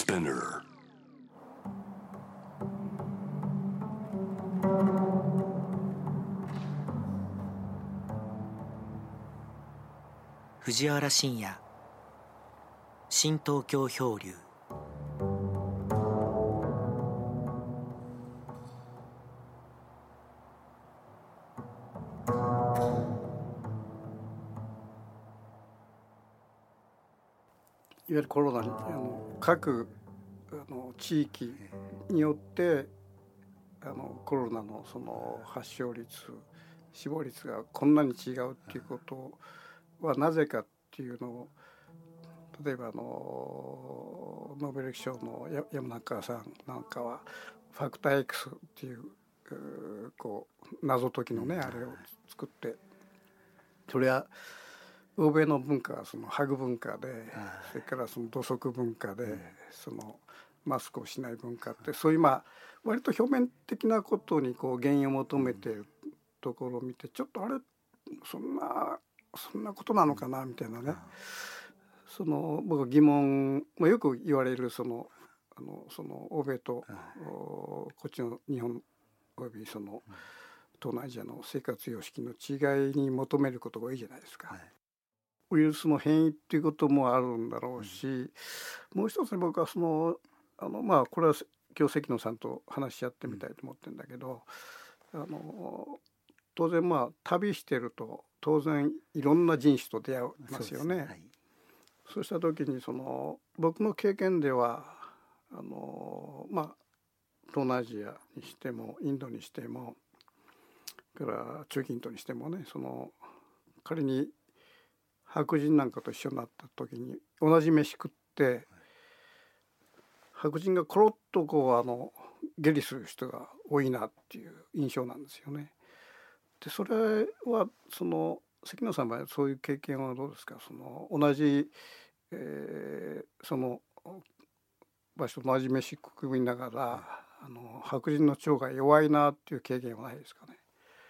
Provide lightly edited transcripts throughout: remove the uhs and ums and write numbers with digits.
Spinner. 藤原信也、新東京漂流。 いわゆるコロナに各地域によってコロナのその発症率死亡率がこんなに違うっていうことはなぜかっていうのを、例えばノーベル賞の山中さんなんかはファクター X っていうこう謎解きのねあれを作って、それは欧米の文化はそのハグ文化で、それからその土足文化で、そのマスクをしない文化って、そういう割と表面的なことにこう原因を求めているところを見て、ちょっとあれそんなことなのかなみたいなね、僕は疑問、よく言われるその欧米とこっちの日本およびその東南アジアの生活様式の違いに求めることが多いじゃないですか。ウイルスの変異っていうこともあるんだろうし、もう一つ僕はこれは今日関野さんと話し合ってみたいと思ってるんだけど、当然旅してると当然いろんな人種と出会いますよね。そうした時に僕の経験では東南アジアにしてもインドにしてもから中近東にしてもね、仮に白人なんかと一緒になった時に同じ飯食って白人がコロッと下痢する人が多いなっていう印象なんですよね。でそれは関野さんはそういう経験はどうですか？同じ、その場所と同じ飯食いながら白人の腸が弱いなっていう経験はないですかね？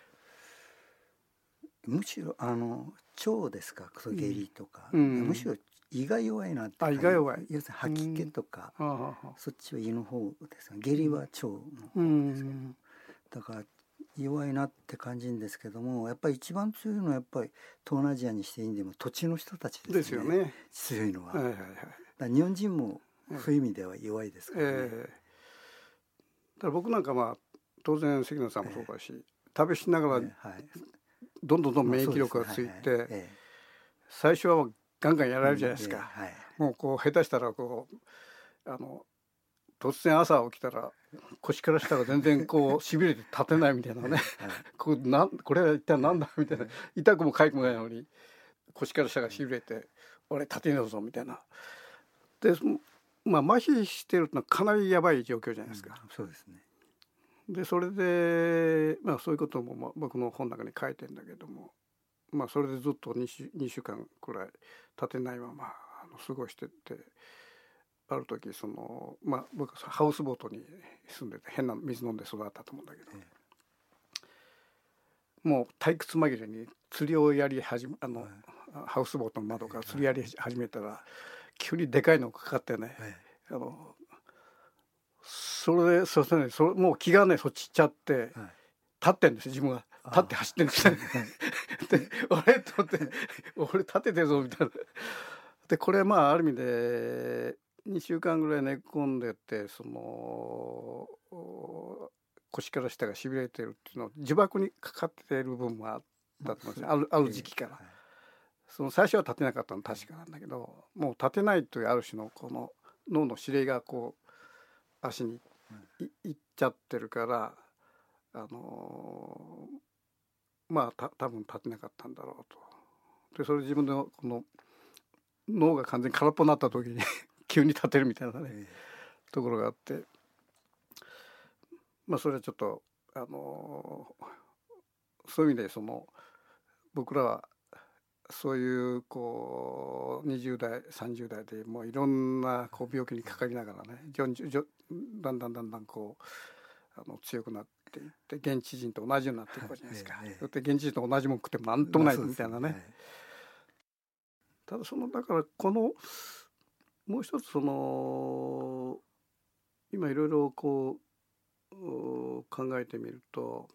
むしろ腸ですか、下痢とか、むしろ胃が弱いなって感じ。 胃が弱い。 要するに吐き気とか、そっちは胃の方ですが、下痢は腸の方ですけど、だから弱いなって感じるんですけども、やっぱり一番強いのはやっぱり東南アジアにしてインドも土地の人たちですよね。強いのは。だから日本人もそういう意味では弱いですからね。だから僕なんか当然関野さんもそうだし、食べしながらどんどん免疫力がついて、最初はガンガンやられるじゃないですか。もう下手したら突然朝起きたら腰から下が全然しびれて立てないみたいなねこれは一体なんだみたいな、痛くも痒くもないのに腰から下がしびれて俺立てねえぞみたいな。で麻痺してるのはかなりやばい状況じゃないですか。 そうですね。 でそれでそういうことも僕の本の中に書いてるんだけども、それでずっと2週間くらい立てないまま過ごしてって、ある時僕はハウスボートに住んでて変な水飲んで育ったと思うんだけど、もう退屈紛れに釣りをやり始めハウスボートの窓から釣りやり始めたら急にでかいのがかかってね、それもう気がねそっち行っちゃって、立ってんですよ自分が。立って走ってんですよで俺と思って俺立ててるぞみたいな。でこれある意味で2週間ぐらい寝込んでて、腰から下がしびれてるっていうのを呪縛にかかっている部分もあったと思うんですよ、ある時期から。最初は立てなかったの確かなんだけど、もう立てないというある種の脳の指令が足にいっちゃってるから多分立てなかったんだろうと。でそれ自分の脳が完全に空っぽになった時に急に立てるみたいなね、ところがあって、それはちょっとそういう意味で僕らはそういう20代30代でもういろんな病気にかかりながらね、だんだん強くなっていって現地人と同じようになっていくわけじゃないですか。だって現地人と同じもん食ってもなんともないみたいなね。ただだからもう一つ今いろいろこう考えてみると、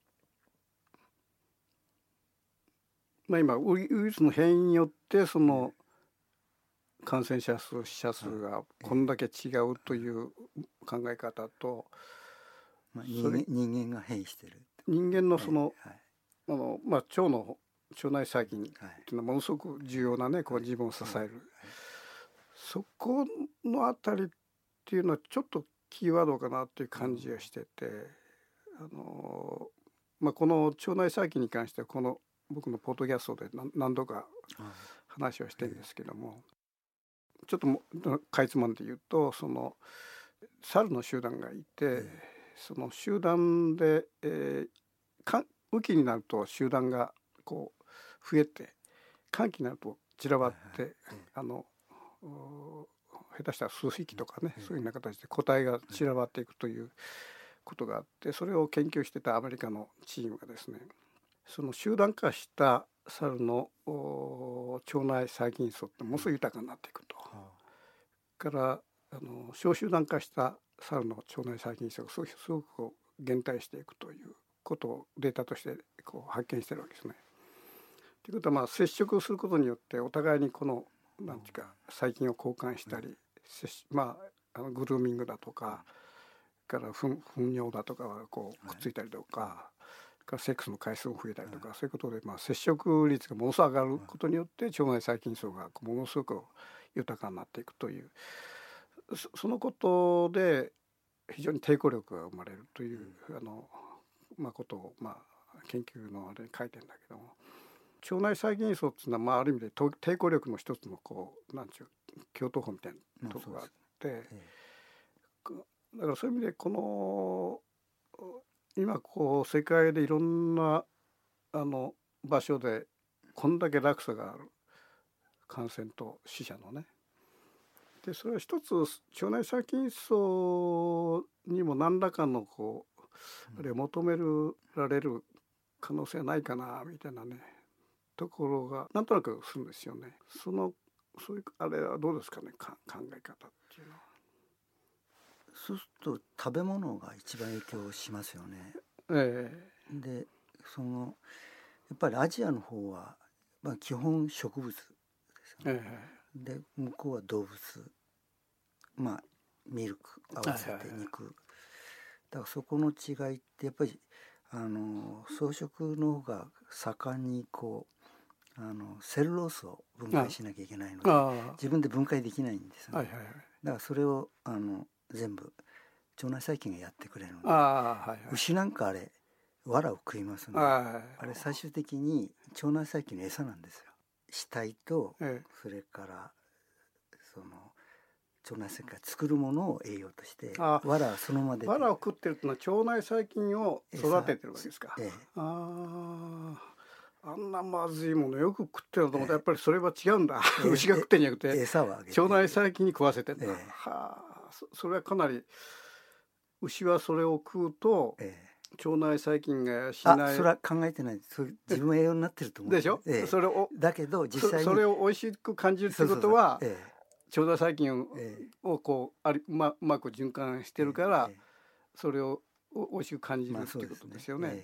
今ウイルスの変異によって感染者数死者数がこんだけ違うという考え方と、 人間が変異してる、 人間の腸の腸内細菌っていうのはものすごく重要なね、こう自分を支える、そこのあたりっていうのはちょっとキーワードかなっていう感じがしてて、この腸内細菌に関してはこの僕のポッドキャストで何度か話をしてるんですけども、ちょっとかいつまんで言うと、猿の集団がいて、その集団で、雨季になると集団がこう増えて、乾季になると散らばって、下手したら数匹とかね、そういうような形で個体が散らばっていくということがあって、それを研究してたアメリカのチームがですね、その集団化した猿の腸内細菌層ってものすごい豊かになっていくと、から小集団化した猿の腸内細菌層がすごくこう減退していくということをデータとしてこう発見してるわけですね。ということは接触することによってお互いにこのなんていうか細菌を交換したり、グルーミングだとかから糞尿だとかがこうくっついたりとか、セックスの回数も増えたりとか、そういうことで接触率がものすごく上がることによって腸内細菌層がものすごく豊かになっていくという、そのことで非常に抵抗力が生まれるということを研究のあれに書いてるんだけども、腸内細菌層っていうのはある意味で抵抗力の一つのこうなんちゅう共闘法みたいなところがあって、だからそういう意味で今こう世界でいろんな場所でこんだけ落差がある感染と死者のね、でそれは一つ腸内細菌層にも何らかのこうあれを求められる可能性はないかなみたいなねところがなんとなくするんですよね。そういうあれはどうですかね、考え方っていうのは。 そうすると食べ物が一番影響しますよね。でやっぱりアジアの方は、基本植物ですよね。で向こうは動物、ミルク合わせて肉、だからそこの違いってやっぱり草食の方が盛んにこうセルロースを分解しなきゃいけないので自分で分解できないんですよね。だからそれを全部腸内細菌がやってくれるので、牛なんかあれ藁を食いますので、あれ最終的に腸内細菌の餌なんですよ。死体と、それから腸内細菌が作るものを栄養として藁はそのままで藁を食ってるっていうのは腸内細菌を育ててるわけですか。あんなまずいものよく食ってると思ったらやっぱりそれは違うんだ。牛が食ってんじゃなくて餌をあげて腸内細菌に食わせてんだ。それはかなり牛はそれを食うと、腸内細菌がしない。 それは考えてないです。自分栄養になってると思うでしょ、それをだけど実際にそれを美味しく感じるってことは腸内細菌をこううまく循環してるから、それを美味しく感じるっていうことですよね。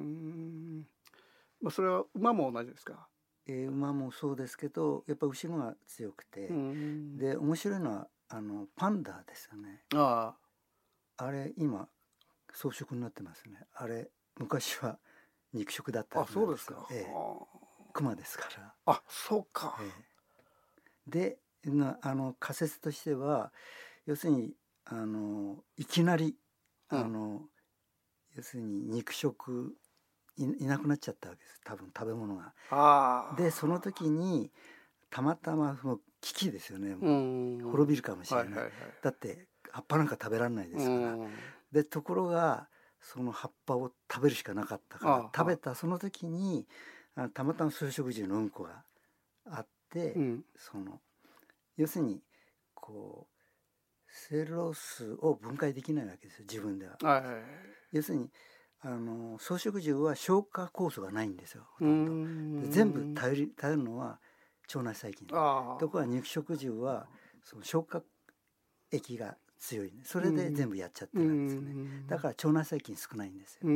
それは馬も同じですか。 馬もそうですけどやっぱ牛のが強くて、で面白いのはパンダですよね。あれ今草食になってますね。あれ昔は肉食だったんです。 そうですか。 クマですから。 そうか。 で仮説としては要するにいきなり要するに肉食いなくなっちゃったわけです。多分食べ物が。でその時にたまたま危機ですよね。滅びるかもしれない。だって葉っぱなんか食べられないですから。でところがその葉っぱを食べるしかなかったから食べたその時にたまたま草食獣のうんこがあって、要するにこうセルロースを分解できないわけですよ自分では。要するに草食獣は消化酵素がないんですよ。で全部頼るのは腸内細菌。ところが肉食獣はその消化液が強い、ね、それで全部やっちゃってるんですよね。だから腸内細菌少ないんですよ。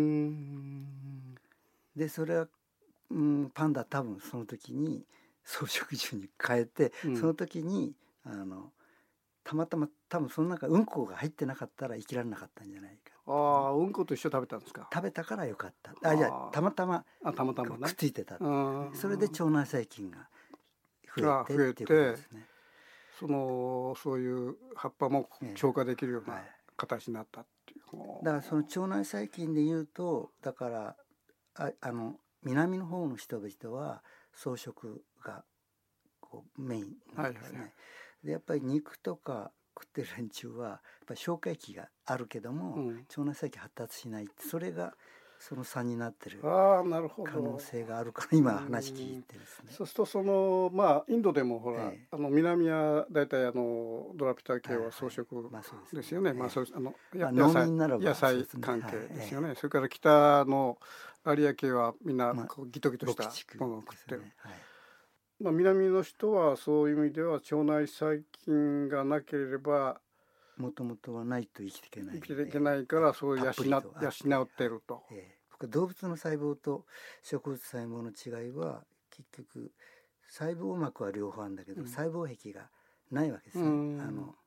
でそれは、パンダ多分その時に草食獣に変えて、その時にたまたま多分その中うんこが入ってなかったら生きられなかったんじゃないか。 ああ、うんこと一緒食べたんですか。 食べたからよかった。じゃあたまたまくっついてた、それで腸内細菌が増えてっていうことですね。 そういう葉っぱも消化できるような形になったっていう。 だからその腸内細菌でいうと、だから南の方の人々は草食がこうメインなんですね。でやっぱり肉とか食ってる連中はやっぱり消化液があるけども、腸内細菌発達しない、それがその差になってる可能性があるから今話聞いてですね。 そうするとインドでもほら、南はだいたいドラピュタ系は草食ですよね。野菜関係ですよね。それから北のアリア系はみんなギトギトしたものを食ってる。南の人はそういう意味では腸内細菌がなければもともとはないと生きていけないからそう養ってると。 動物の細胞と植物細胞の違いは結局細胞膜は両方あるんだけど、細胞壁がないわけですね、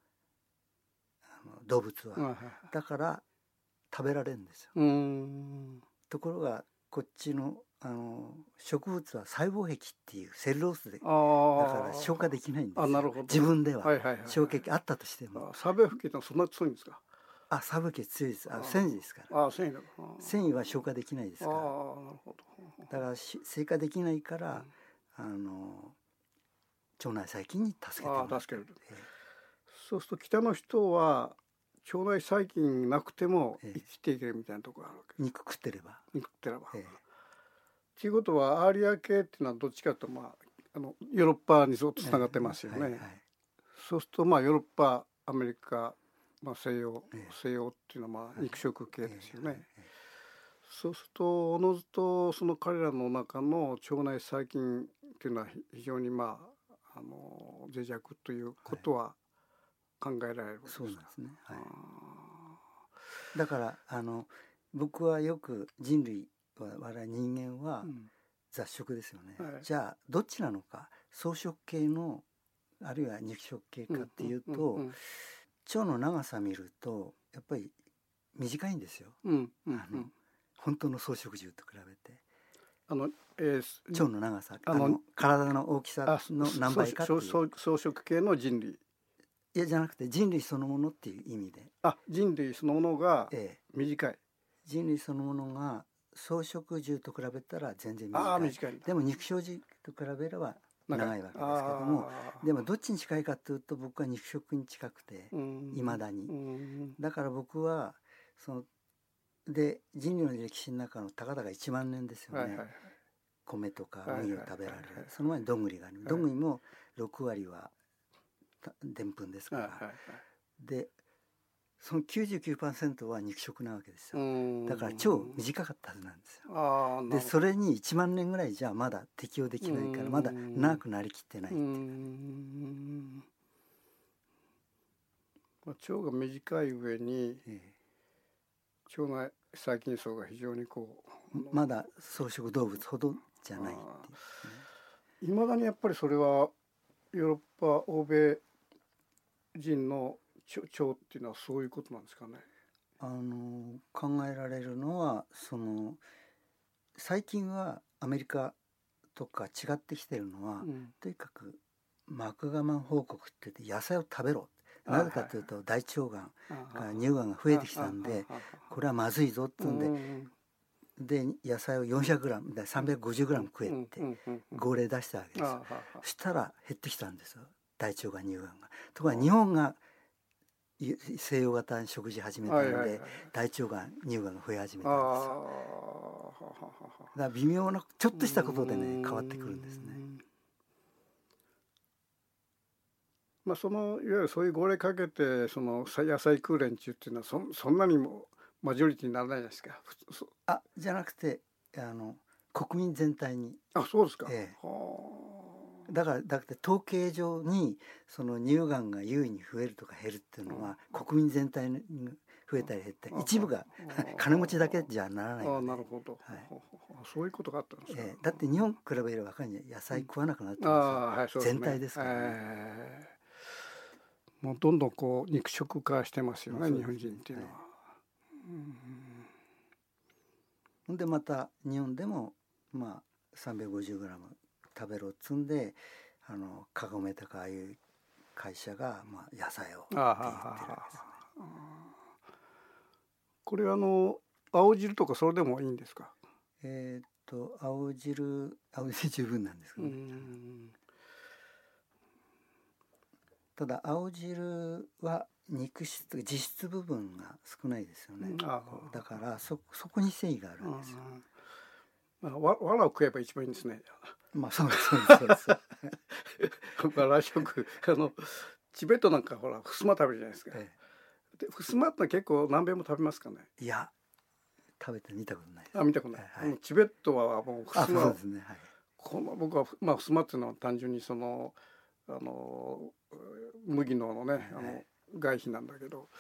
動物は。だから食べられるんですよ。ところがこっちの植物は細胞壁っていうセルロースでだから消化できないんですよ。自分では消化液あったとしても。 細胞壁ってそんな強いんですか。 細胞壁強いです。繊維ですから。繊維は消化できないですから。だから消化できないから、腸内細菌に助ける。 そうすると北の人は腸内細菌なくても生きていけるみたいなところがあるわけ。 肉食ってれば。 ということはアーリア系っていうのはどっちかというとヨーロッパにずっとつながってますよね。そうするとヨーロッパ、アメリカ、西洋っていうのは肉食系ですよね。そうするとおのずとその彼らの中の腸内細菌っていうのは非常に脆弱ということは考えられるわけですか。 そうなんですね。だから僕はよく人類人間は雑食ですよね。じゃあどっちなのか、草食系のあるいは肉食系かっていうと、腸の長さ見るとやっぱり短いんですよ。本当の草食獣と比べて腸の長さ、体の大きさの何倍かっていう。 草食系の人類じゃなくて人類そのものっていう意味で。 人類そのものが短い。 人類そのものが草食獣と比べたら全然短い。でも肉食獣と比べれば長いわけですけども、でもどっちに近いかというと僕は肉食に近くていまだに。だから僕はで人類の歴史の中のたかだか1万年ですよね。米とか麦を食べられる。その前にどんぐりがある。どんぐりも6割はでんぷんですから。でその 99% は肉食なわけですよ。だから超短かったはずなんですよ。でそれに1万年ぐらいじゃまだ適応できないからまだ長くなりきってないっていう。 腸が短い上に腸内細菌層が非常にまだ草食動物ほどじゃないっていう。 いまだにやっぱりそれはヨーロッパ欧米人の腸っていうのはそういうことなんですかね。 考えられるのは最近はアメリカとか違ってきてるのは、とにかくマクガマン報告って言って野菜を食べろ。なぜかというと大腸がん乳がんが増えてきたんでこれはまずいぞって言うんで野菜を 400g 350g 食えって号令出したわけですよ。そしたら減ってきたんですよ、大腸がん乳がんが。ところが日本が西洋型に食事始めたので大腸がん乳がんが増え始めたんですよ。だから微妙なちょっとしたことでね変わってくるんですね。 いわゆるそういう号令かけて野菜食う連中っていうのはそんなにもマジョリティにならないじゃないですか。 じゃなくて国民全体に。 そうですか。 だって統計上にその乳がんが優位に増えるとか減るっていうのは、国民全体に増えたり減ったり、一部が金持ちだけじゃならないので。 なるほど、はい、そういうことがあったんですか。 だって日本比べれば分かんない、野菜食わなくなってますよ、全体ですからね。 もうどんどんこう肉食化してますよね、日本人っていうのは。 ほんでまた日本でもまあ 350g 食べろっつんでカゴメとかああいう会社がまあ野菜をって言ってるわけですね。 これ青汁とかそれでもいいんですか。 青汁で十分なんですけどね。ただ青汁は肉質脂質部分が少ないですよね。だからそこに繊維があるんですよ。 わらを食えば一番いいんですね。 まあそうです。 わら食チベットなんかほらふすま食べるじゃないですか。でふすまって結構南米も食べますかね。 いや食べて見たことないです。 見たことない。チベットはもうふすま。 そうですね。はい。 僕はまあふすまっていうのは単純に麦のね外皮なんだけど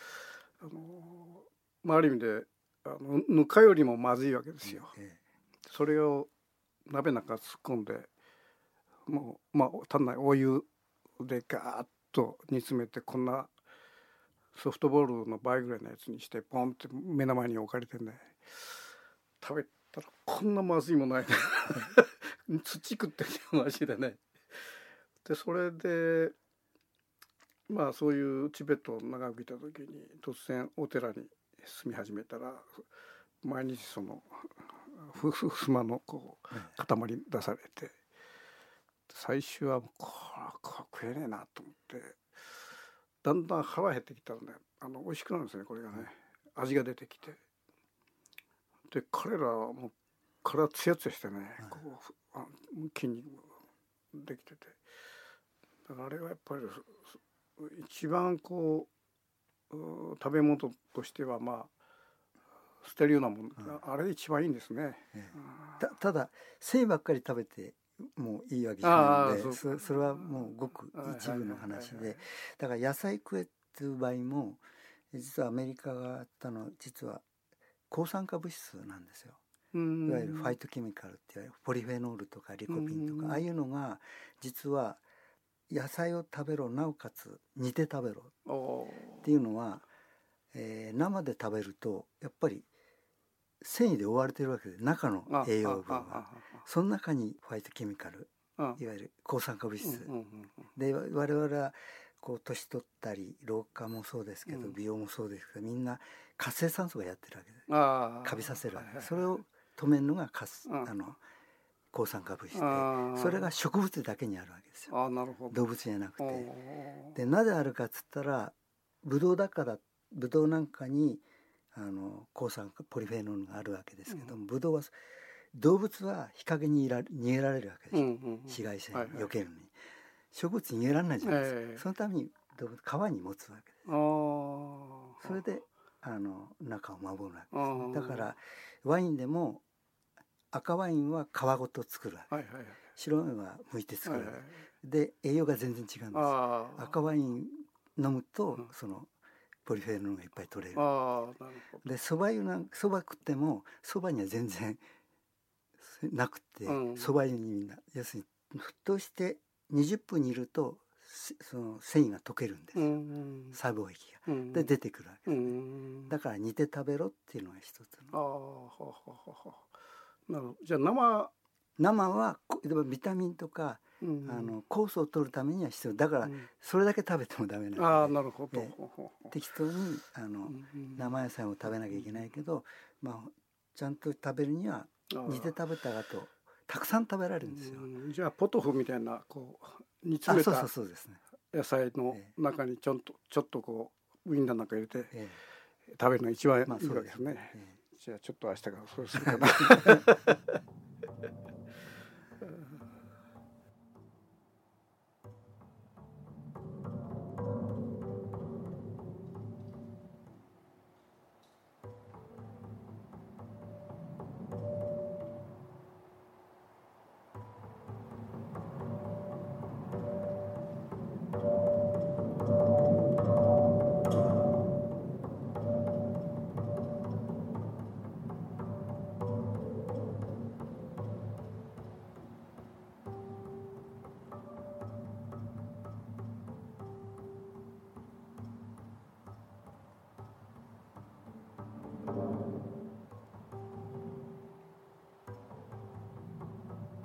ある意味でぬかよりもまずいわけですよ。それを鍋なんか突っ込んでもう単なるお湯でガーッと煮詰めてこんなソフトボールの倍ぐらいのやつにしてポンって目の前に置かれてね食べたらこんなまずいもんないね土食ってるマジでね。でそれでまあそういうチベットを長くいた時に突然お寺に住み始めたら毎日そのふすまのこう塊出されて最初はこれ食えねえなと思ってだんだん腹減ってきたらね美味しくなるんですねこれがね味が出てきてで彼らはもう体ツヤツヤしてねこう筋肉できててだからあれはやっぱり一番こう食べ物としてはまあ捨てるようなもん、あれ一番いいんですね。 ただ繊維ばっかり食べてもういいわけじゃないのでそれはもうごく一部の話でだから野菜食えっていう場合も実はアメリカがあったの実は抗酸化物質なんですよ。いわゆるファイトケミカルっていわれるポリフェノールとかリコピンとかああいうのが実は野菜を食べろなおかつ煮て食べろっていうのは、生で食べるとやっぱり繊維で覆われてるわけで中の栄養分がその中にファイトケミカルいわゆる抗酸化物質で我々はこう年取ったり老化もそうですけど美容もそうですけどみんな活性酸素がやってるわけでカビさせるわけでそれを止めるのが抗酸化物質でそれが植物だけにあるわけですよ。動物じゃなくてでなぜあるかっつったらブドウなんかに抗酸化ポリフェノールがあるわけですけどもブドウは動物は日陰に逃げられるわけですよ、紫外線避けるのに植物に逃げられないじゃないですか、そのために動物皮に持つわけです。それで中を守るわけです、ね、だからワインでも赤ワインは皮ごと作るわけ、白ワインは剥いて作るわけ、で栄養が全然違うんです。赤ワイン飲むとそのポリフェノールがいっぱい取れる。でそば食ってもそばには全然なくてそば湯にみんな要するに沸騰して20分煮るとその繊維が溶けるんですよ、細胞液が、で出てくるわけですね、だから煮て食べろっていうのが一つの。 なるほど。じゃあ生はビタミンとか、酵素を取るためには必要だからそれだけ食べてもダメなので、 なるほど、 適当に生野菜を食べなきゃいけないけど、ちゃんと食べるには煮て食べた後たくさん食べられるんですよ。 じゃあポトフみたいなこう煮詰めた野菜の中にちょっとこうウインナーなんか入れて食べるのが一番いいわけですね。じゃあちょっと明日からそうするかな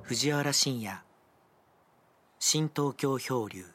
藤原信也、新東京漂流。